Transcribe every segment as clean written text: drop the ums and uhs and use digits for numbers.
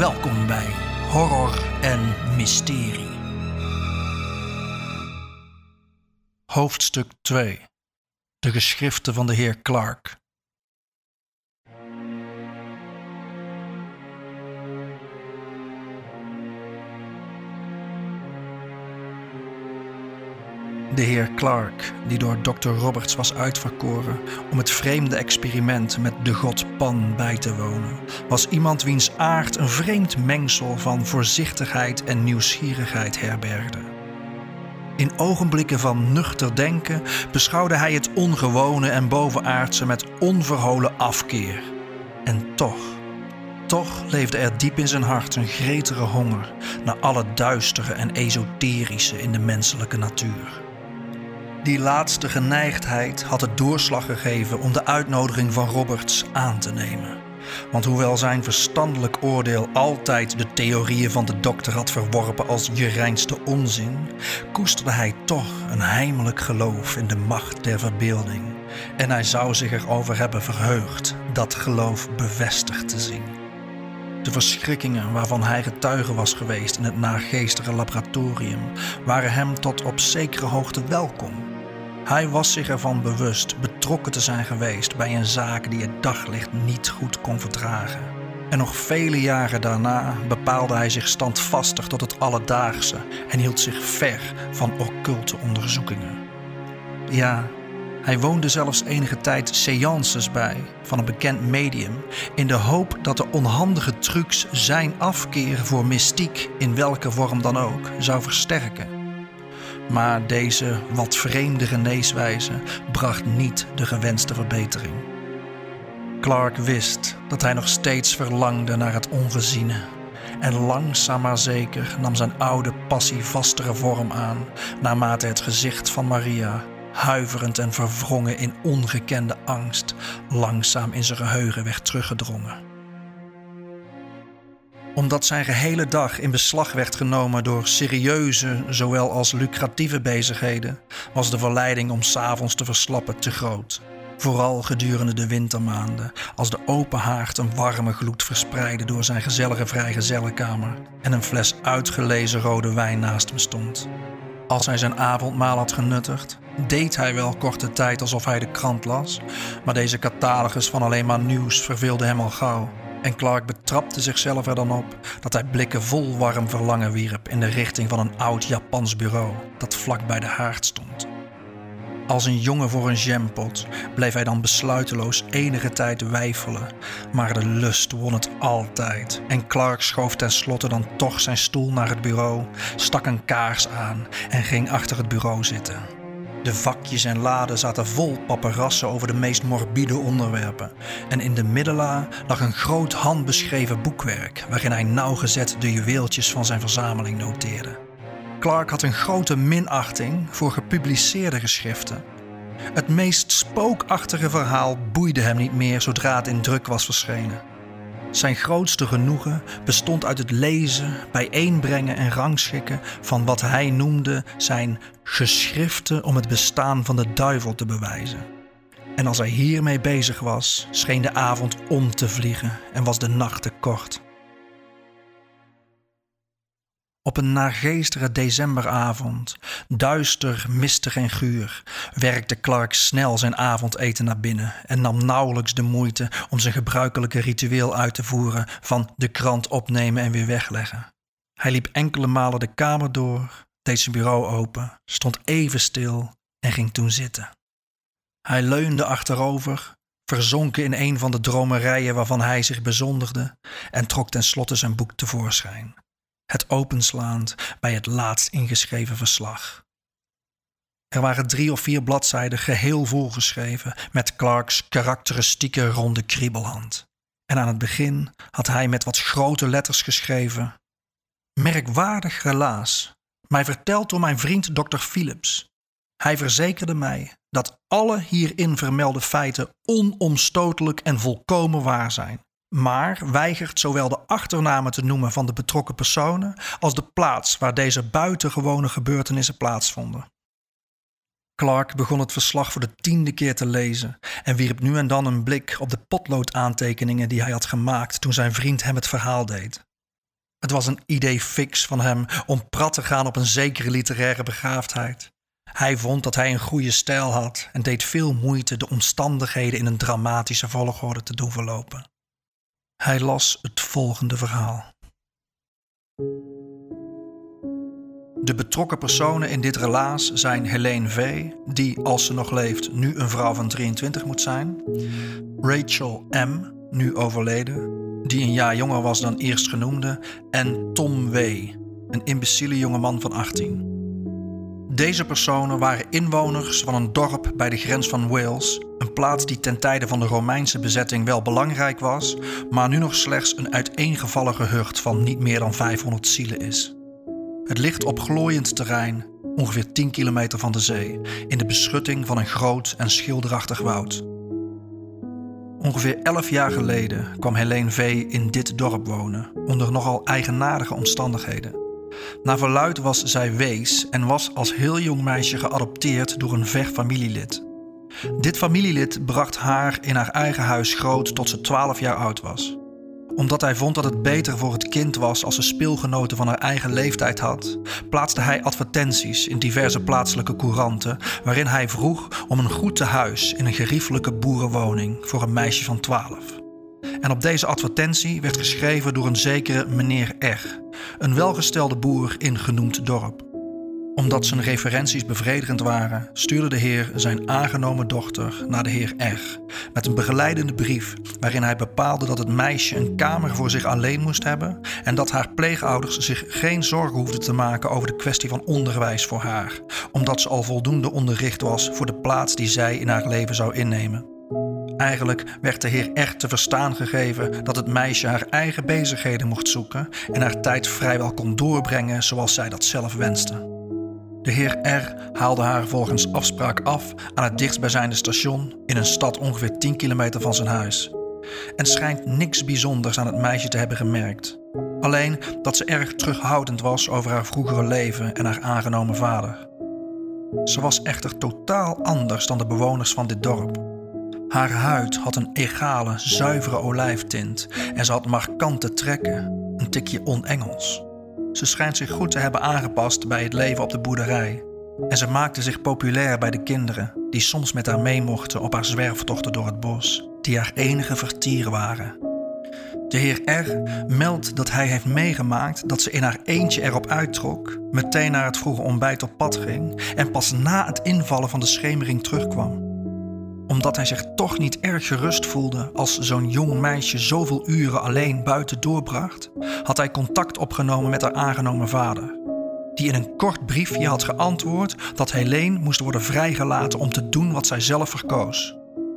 Welkom bij Horror en Mysterie. Hoofdstuk 2. De geschriften van de heer Clark. De heer Clark, die door Dr. Roberts was uitverkoren om het vreemde experiment met de god Pan bij te wonen, was iemand wiens aard een vreemd mengsel van voorzichtigheid en nieuwsgierigheid herbergde. In ogenblikken van nuchter denken beschouwde hij het ongewone en bovenaardse met onverholen afkeer. En toch leefde er diep in zijn hart een gretige honger naar al het duistere en esoterische in de menselijke natuur. Die laatste geneigdheid had het doorslag gegeven om de uitnodiging van Roberts aan te nemen. Want hoewel zijn verstandelijk oordeel altijd de theorieën van de dokter had verworpen als je reinste onzin, koesterde hij toch een heimelijk geloof in de macht der verbeelding. En hij zou zich erover hebben verheugd dat geloof bevestigd te zien. De verschrikkingen waarvan hij getuige was geweest in het naargeestige laboratorium waren hem tot op zekere hoogte welkom. Hij was zich ervan bewust betrokken te zijn geweest bij een zaak die het daglicht niet goed kon verdragen. En nog vele jaren daarna bepaalde hij zich standvastig tot het alledaagse en hield zich ver van occulte onderzoekingen. Ja, hij woonde zelfs enige tijd séances bij van een bekend medium in de hoop dat de onhandige trucs zijn afkeer voor mystiek in welke vorm dan ook zou versterken. Maar deze wat vreemde geneeswijze bracht niet de gewenste verbetering. Clark wist dat hij nog steeds verlangde naar het ongeziene. En langzaam maar zeker nam zijn oude passie vastere vorm aan, naarmate het gezicht van Maria, huiverend en verwrongen in ongekende angst, langzaam in zijn geheugen werd teruggedrongen. Omdat zijn gehele dag in beslag werd genomen door serieuze, zowel als lucratieve bezigheden, was de verleiding om 's avonds te verslappen te groot. Vooral gedurende de wintermaanden, als de open haard een warme gloed verspreidde door zijn gezellige vrijgezellenkamer en een fles uitgelezen rode wijn naast hem stond. Als hij zijn avondmaal had genuttigd, deed hij wel korte tijd alsof hij de krant las, maar deze catalogus van alleen maar nieuws verveelde hem al gauw. En Clark betrapte zichzelf er dan op dat hij blikken vol warm verlangen wierp in de richting van een oud Japans bureau dat vlak bij de haard stond. Als een jongen voor een jampot bleef hij dan besluiteloos enige tijd weifelen, maar de lust won het altijd. En Clark schoof tenslotte dan toch zijn stoel naar het bureau, stak een kaars aan en ging achter het bureau zitten. De vakjes en laden zaten vol paperassen over de meest morbide onderwerpen. En in de middenla lag een groot handbeschreven boekwerk waarin hij nauwgezet de juweeltjes van zijn verzameling noteerde. Clark had een grote minachting voor gepubliceerde geschriften. Het meest spookachtige verhaal boeide hem niet meer zodra het in druk was verschenen. Zijn grootste genoegen bestond uit het lezen, bijeenbrengen en rangschikken van wat hij noemde zijn geschriften om het bestaan van de duivel te bewijzen. En als hij hiermee bezig was, scheen de avond om te vliegen en was de nacht te kort. Op een naargeestige decemberavond, duister, mistig en guur, werkte Clark snel zijn avondeten naar binnen en nam nauwelijks de moeite om zijn gebruikelijke ritueel uit te voeren van de krant opnemen en weer wegleggen. Hij liep enkele malen de kamer door, deed zijn bureau open, stond even stil en ging toen zitten. Hij leunde achterover, verzonken in een van de dromerijen waarvan hij zich bezondigde en trok tenslotte zijn boek tevoorschijn. Het openslaand bij het laatst ingeschreven verslag. Er waren 3 of 4 bladzijden geheel volgeschreven met Clarks karakteristieke ronde kriebelhand. En aan het begin had hij met wat grote letters geschreven: merkwaardig relaas, mij verteld door mijn vriend Dr. Phillips. Hij verzekerde mij dat alle hierin vermelde feiten onomstotelijk en volkomen waar zijn, maar weigert zowel de achternamen te noemen van de betrokken personen als de plaats waar deze buitengewone gebeurtenissen plaatsvonden. Clark begon het verslag voor de 10e keer te lezen en wierp nu en dan een blik op de potloodaantekeningen die hij had gemaakt toen zijn vriend hem het verhaal deed. Het was een idee fix van hem om prat te gaan op een zekere literaire begaafdheid. Hij vond dat hij een goede stijl had en deed veel moeite de omstandigheden in een dramatische volgorde te doen verlopen. Hij las het volgende verhaal. De betrokken personen in dit relaas zijn Helene V., die, als ze nog leeft, nu een vrouw van 23 moet zijn. Rachel M., nu overleden, die een jaar jonger was dan eerstgenoemde. En Tom W., een imbeciele jongeman van 18. Deze personen waren inwoners van een dorp bij de grens van Wales, een plaats die ten tijde van de Romeinse bezetting wel belangrijk was, maar nu nog slechts een uiteengevallen gehucht van niet meer dan 500 zielen is. Het ligt op glooiend terrein, ongeveer 10 kilometer van de zee, in de beschutting van een groot en schilderachtig woud. Ongeveer 11 jaar geleden kwam Helene V. in dit dorp wonen, onder nogal eigenaardige omstandigheden. Naar verluidt was zij wees en was als heel jong meisje geadopteerd door een ver familielid. Dit familielid bracht haar in haar eigen huis groot tot ze 12 jaar oud was. Omdat hij vond dat het beter voor het kind was als ze speelgenoten van haar eigen leeftijd had, plaatste hij advertenties in diverse plaatselijke couranten waarin hij vroeg om een goed tehuis in een geriefelijke boerenwoning voor een meisje van 12. En op deze advertentie werd geschreven door een zekere meneer R., een welgestelde boer in genoemd dorp. Omdat zijn referenties bevredigend waren, stuurde de heer zijn aangenomen dochter naar de heer R. met een begeleidende brief waarin hij bepaalde dat het meisje een kamer voor zich alleen moest hebben en dat haar pleegouders zich geen zorgen hoefden te maken over de kwestie van onderwijs voor haar, omdat ze al voldoende onderricht was voor de plaats die zij in haar leven zou innemen. Eigenlijk werd de heer R. te verstaan gegeven dat het meisje haar eigen bezigheden mocht zoeken en haar tijd vrijwel kon doorbrengen zoals zij dat zelf wenste. De heer R. haalde haar volgens afspraak af aan het dichtstbijzijnde station in een stad ongeveer 10 kilometer van zijn huis. En schijnt niks bijzonders aan het meisje te hebben gemerkt. Alleen dat ze erg terughoudend was over haar vroegere leven en haar aangenomen vader. Ze was echter totaal anders dan de bewoners van dit dorp. Haar huid had een egale, zuivere olijftint en ze had markante trekken, een tikje on-Engels. Ze schijnt zich goed te hebben aangepast bij het leven op de boerderij. En ze maakte zich populair bij de kinderen, die soms met haar mee mochten op haar zwerftochten door het bos, die haar enige vertier waren. De heer R. meldt dat hij heeft meegemaakt dat ze in haar eentje erop uittrok, meteen naar het vroege ontbijt op pad ging en pas na het invallen van de schemering terugkwam. Omdat hij zich toch niet erg gerust voelde als zo'n jong meisje zoveel uren alleen buiten doorbracht, had hij contact opgenomen met haar aangenomen vader, die in een kort briefje had geantwoord dat Helene moest worden vrijgelaten om te doen wat zij zelf verkoos.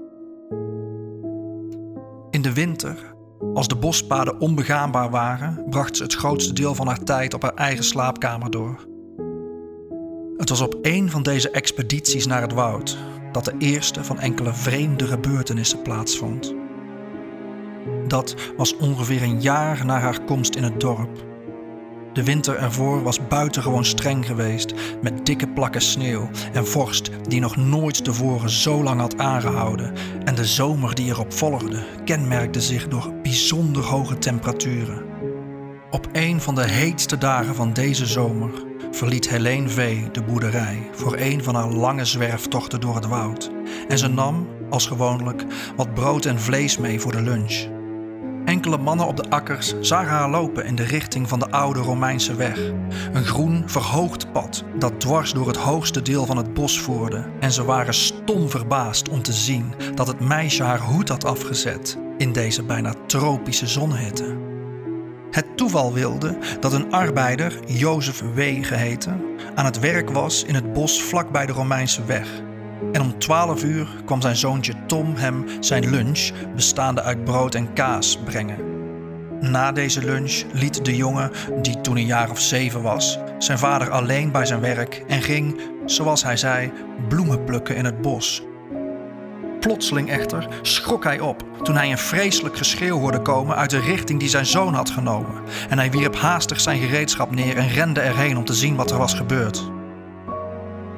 In de winter, als de bospaden onbegaanbaar waren, bracht ze het grootste deel van haar tijd op haar eigen slaapkamer door. Het was op een van deze expedities naar het woud dat de eerste van enkele vreemde gebeurtenissen plaatsvond. Dat was ongeveer een jaar na haar komst in het dorp. De winter ervoor was buitengewoon streng geweest, met dikke plakken sneeuw en vorst die nog nooit tevoren zo lang had aangehouden. En de zomer die erop volgde kenmerkte zich door bijzonder hoge temperaturen. Op een van de heetste dagen van deze zomer verliet Helene V. de boerderij voor een van haar lange zwerftochten door het woud. En ze nam, als gewoonlijk, wat brood en vlees mee voor de lunch. Enkele mannen op de akkers zagen haar lopen in de richting van de oude Romeinse weg. Een groen, verhoogd pad dat dwars door het hoogste deel van het bos voerde. En ze waren stom verbaasd om te zien dat het meisje haar hoed had afgezet in deze bijna tropische zonhitte. Het toeval wilde dat een arbeider, Jozef W. geheten, aan het werk was in het bos vlakbij de Romeinse weg. En om 12 uur kwam zijn zoontje Tom hem zijn lunch, bestaande uit brood en kaas, brengen. Na deze lunch liet de jongen, die toen een jaar of 7 was, zijn vader alleen bij zijn werk en ging, zoals hij zei, bloemen plukken in het bos. Plotseling echter schrok hij op toen hij een vreselijk geschreeuw hoorde komen uit de richting die zijn zoon had genomen. En hij wierp haastig zijn gereedschap neer en rende erheen om te zien wat er was gebeurd.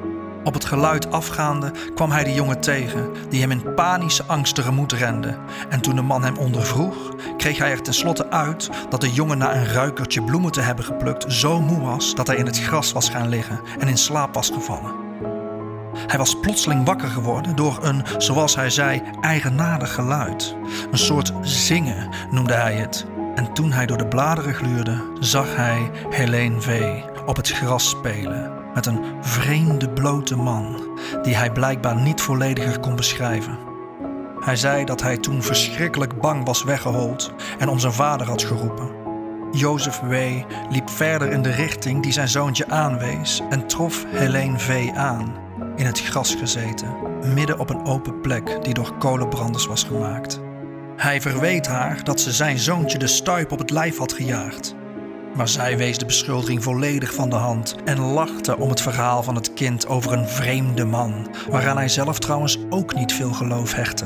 Op het geluid afgaande kwam hij de jongen tegen, die hem in panische angst tegemoet rende. En toen de man hem ondervroeg, kreeg hij er tenslotte uit dat de jongen na een ruikertje bloemen te hebben geplukt zo moe was dat hij in het gras was gaan liggen en in slaap was gevallen. Hij was plotseling wakker geworden door een, zoals hij zei, eigenaardig geluid. Een soort zingen noemde hij het. En toen hij door de bladeren gluurde, zag hij Helene V. op het gras spelen met een vreemde blote man die hij blijkbaar niet vollediger kon beschrijven. Hij zei dat hij toen verschrikkelijk bang was weggehold en om zijn vader had geroepen. Jozef W. liep verder in de richting die zijn zoontje aanwees en trof Helene V. aan, in het gras gezeten, midden op een open plek die door kolenbranders was gemaakt. Hij verweet haar dat ze zijn zoontje de stuip op het lijf had gejaagd. Maar zij wees de beschuldiging volledig van de hand en lachte om het verhaal van het kind over een vreemde man, waaraan hij zelf trouwens ook niet veel geloof hechtte.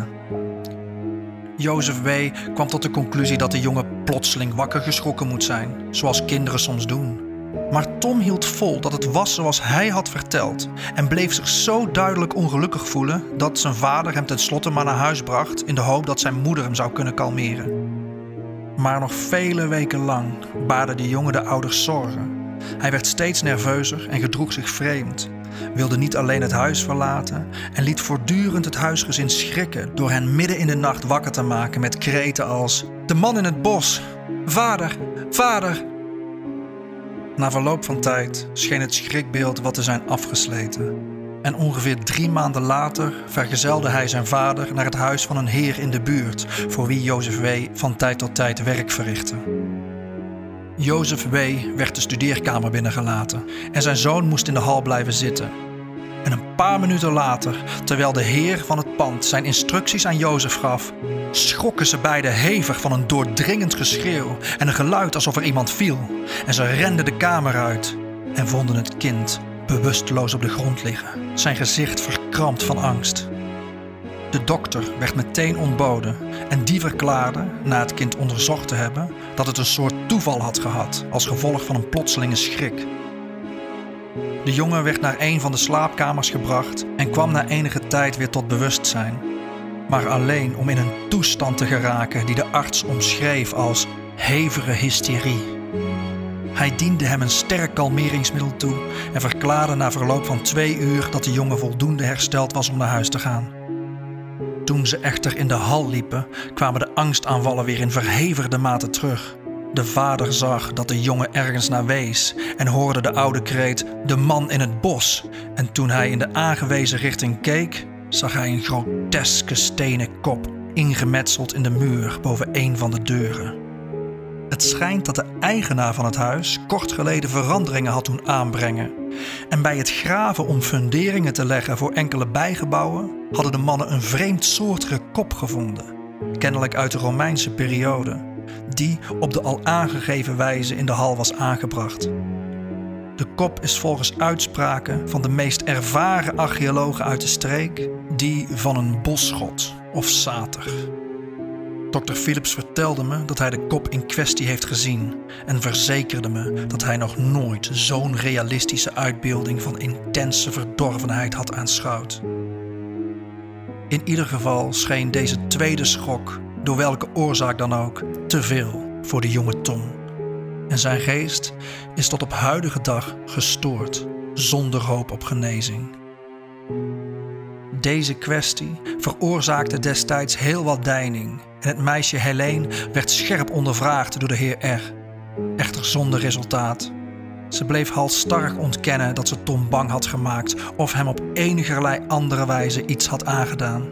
Jozef W. kwam tot de conclusie dat de jongen plotseling wakker geschrokken moet zijn, zoals kinderen soms doen. Maar Tom hield vol dat het was zoals hij had verteld en bleef zich zo duidelijk ongelukkig voelen dat zijn vader hem tenslotte maar naar huis bracht in de hoop dat zijn moeder hem zou kunnen kalmeren. Maar nog vele weken lang baarde de jongen de ouders zorgen. Hij werd steeds nerveuzer en gedroeg zich vreemd, wilde niet alleen het huis verlaten en liet voortdurend het huisgezin schrikken door hen midden in de nacht wakker te maken met kreten als: "De man in het bos! Vader! Vader!" Na verloop van tijd scheen het schrikbeeld wat te zijn afgesleten. En ongeveer 3 maanden later vergezelde hij zijn vader naar het huis van een heer in de buurt, voor wie Jozef W. van tijd tot tijd werk verrichtte. Jozef W. werd de studeerkamer binnengelaten en zijn zoon moest in de hal blijven zitten. En een paar minuten later, terwijl de heer van het pand zijn instructies aan Jozef gaf, schrokken ze beiden hevig van een doordringend geschreeuw en een geluid alsof er iemand viel. En ze renden de kamer uit en vonden het kind bewusteloos op de grond liggen, zijn gezicht verkrampt van angst. De dokter werd meteen ontboden en die verklaarde, na het kind onderzocht te hebben, dat het een soort toeval had gehad als gevolg van een plotselinge schrik. De jongen werd naar een van de slaapkamers gebracht en kwam na enige tijd weer tot bewustzijn, maar alleen om in een toestand te geraken die de arts omschreef als hevige hysterie. Hij diende hem een sterk kalmeringsmiddel toe en verklaarde na verloop van 2 uur dat de jongen voldoende hersteld was om naar huis te gaan. Toen ze echter in de hal liepen, kwamen de angstaanvallen weer in verhevigde mate terug. De vader zag dat de jongen ergens naar wees en hoorde de oude kreet: "De man in het bos." En toen hij in de aangewezen richting keek, zag hij een groteske stenen kop ingemetseld in de muur boven een van de deuren. Het schijnt dat de eigenaar van het huis kort geleden veranderingen had doen aanbrengen. En bij het graven om funderingen te leggen voor enkele bijgebouwen hadden de mannen een vreemdsoortige kop gevonden, kennelijk uit de Romeinse periode, die op de al aangegeven wijze in de hal was aangebracht. De kop is volgens uitspraken van de meest ervaren archeologen uit de streek die van een bosgod of sater. Dr. Philips vertelde me dat hij de kop in kwestie heeft gezien en verzekerde me dat hij nog nooit zo'n realistische uitbeelding van intense verdorvenheid had aanschouwd. In ieder geval scheen deze tweede schok, door welke oorzaak dan ook, te veel voor de jonge Tom. En zijn geest is tot op huidige dag gestoord, zonder hoop op genezing. Deze kwestie veroorzaakte destijds heel wat deining en het meisje Helene werd scherp ondervraagd door de heer R. Echter zonder resultaat. Ze bleef halsstarrig ontkennen dat ze Tom bang had gemaakt of hem op enigerlei andere wijze iets had aangedaan.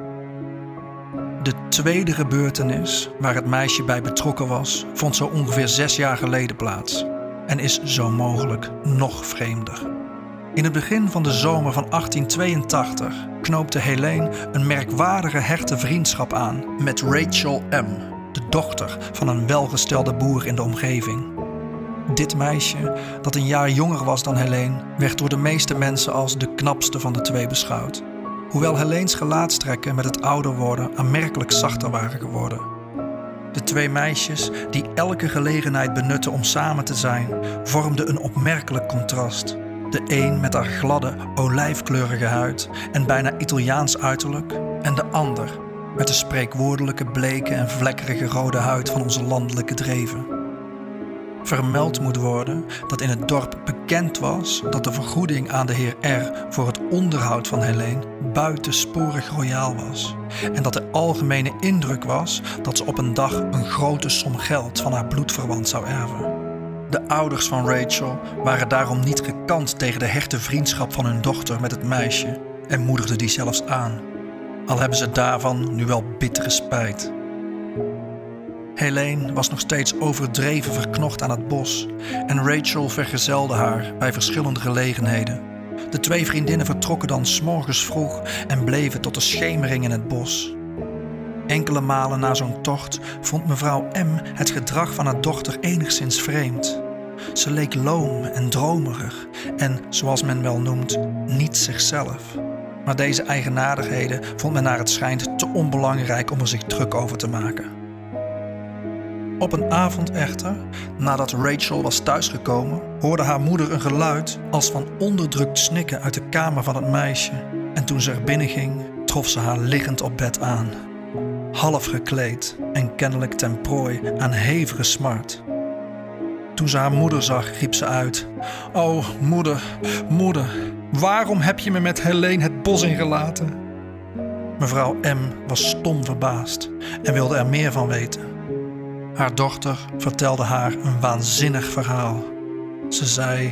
De tweede gebeurtenis waar het meisje bij betrokken was, vond zo ongeveer 6 jaar geleden plaats en is zo mogelijk nog vreemder. In het begin van de zomer van 1882 knoopte Helene een merkwaardige hechte vriendschap aan met Rachel M., de dochter van een welgestelde boer in de omgeving. Dit meisje, dat een jaar jonger was dan Helene, werd door de meeste mensen als de knapste van de twee beschouwd. Hoewel Helene's gelaatstrekken met het ouder worden aanmerkelijk zachter waren geworden. De 2 meisjes, die elke gelegenheid benutten om samen te zijn, vormden een opmerkelijk contrast. De De een met haar gladde, olijfkleurige huid en bijna Italiaans uiterlijk, en de ander met de spreekwoordelijke bleke en vlekkerige rode huid van onze landelijke dreven. Vermeld moet worden dat in het dorp bekend was dat de vergoeding aan de heer R. voor het onderhoud van Helene buitensporig royaal was en dat de algemene indruk was dat ze op een dag een grote som geld van haar bloedverwant zou erven. De ouders van Rachel waren daarom niet gekant tegen de hechte vriendschap van hun dochter met het meisje en moedigden die zelfs aan, al hebben ze daarvan nu wel bittere spijt. Helene was nog steeds overdreven verknocht aan het bos en Rachel vergezelde haar bij verschillende gelegenheden. De twee vriendinnen vertrokken dan 's morgens vroeg en bleven tot de schemering in het bos. Enkele malen na zo'n tocht vond mevrouw M. het gedrag van haar dochter enigszins vreemd. Ze leek loom en dromerig en, zoals men wel noemt, niet zichzelf. Maar deze eigenaardigheden vond men naar het schijnt te onbelangrijk om er zich druk over te maken. Op een avond echter, nadat Rachel was thuisgekomen, hoorde haar moeder een geluid als van onderdrukt snikken uit de kamer van het meisje. En toen ze er binnen ging, trof ze haar liggend op bed aan. Half gekleed en kennelijk ten prooi aan hevige smart. Toen ze haar moeder zag, riep ze uit: "O, moeder, moeder, waarom heb je me met Helene het bos ingelaten?" Mevrouw M. was stom verbaasd en wilde er meer van weten. Haar dochter vertelde haar een waanzinnig verhaal. Ze zei...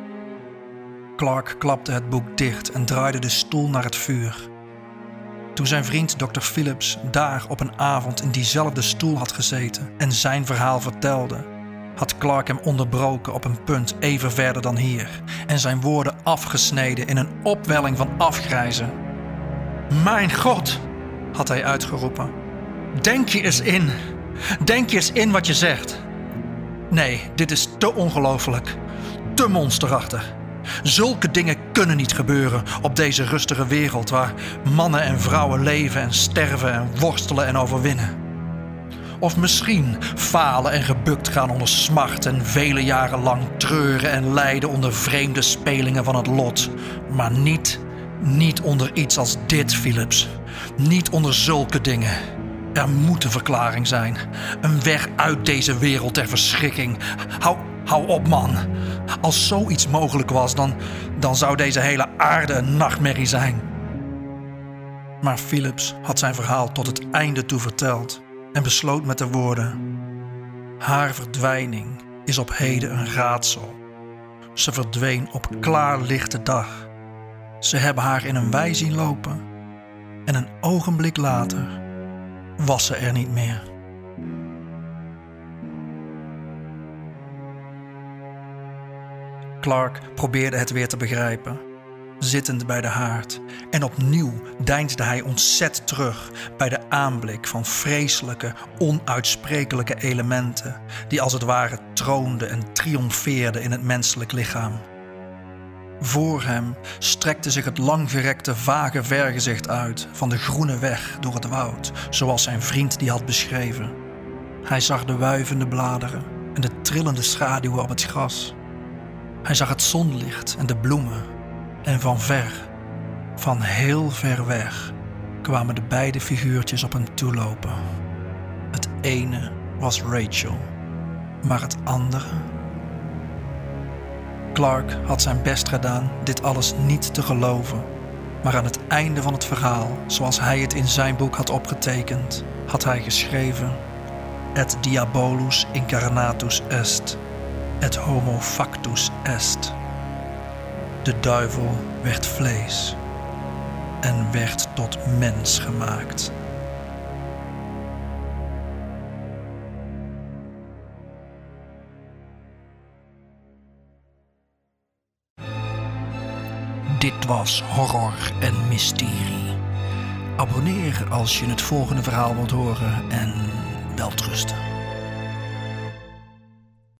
Clark klapte het boek dicht en draaide de stoel naar het vuur. Toen zijn vriend Dr. Phillips daar op een avond in diezelfde stoel had gezeten en zijn verhaal vertelde, had Clark hem onderbroken op een punt even verder dan hier en zijn woorden afgesneden in een opwelling van afgrijzen. "Mijn God!" had hij uitgeroepen. "Denk je eens in! Denk je eens in wat je zegt! Nee, dit is te ongelooflijk, te monsterachtig. Zulke dingen kunnen niet gebeuren op deze rustige wereld waar mannen en vrouwen leven en sterven en worstelen en overwinnen. Of misschien falen en gebukt gaan onder smart en vele jaren lang treuren en lijden onder vreemde spelingen van het lot. Maar niet onder iets als dit, Phillips. Niet onder zulke dingen. Er moet een verklaring zijn. Een weg uit deze wereld der verschrikking. Hou op, man. Als zoiets mogelijk was, dan zou deze hele aarde een nachtmerrie zijn." Maar Phillips had zijn verhaal tot het einde toe verteld en besloot met de woorden: "Haar verdwijning is op heden een raadsel. Ze verdween op klaarlichte dag. Ze hebben haar in een wei zien lopen en een ogenblik later was ze er niet meer." Clark probeerde het weer te begrijpen, zittend bij de haard. En opnieuw deinsde hij ontzet terug bij de aanblik van vreselijke, onuitsprekelijke elementen die als het ware troonden en triomfeerden in het menselijk lichaam. Voor hem strekte zich het langgerekte, vage vergezicht uit van de groene weg door het woud, zoals zijn vriend die had beschreven. Hij zag de wuivende bladeren en de trillende schaduwen op het gras. Hij zag het zonlicht en de bloemen. En van heel ver weg, kwamen de beide figuurtjes op hem toelopen. Het ene was Rachel, maar het andere... Clark had zijn best gedaan dit alles niet te geloven. Maar aan het einde van het verhaal, zoals hij het in zijn boek had opgetekend, had hij geschreven: "Et diabolus incarnatus est, et homo factus est." De duivel werd vlees en werd tot mens gemaakt. Dit was Horror en Mysterie. Abonneer als je het volgende verhaal wilt horen en welterusten.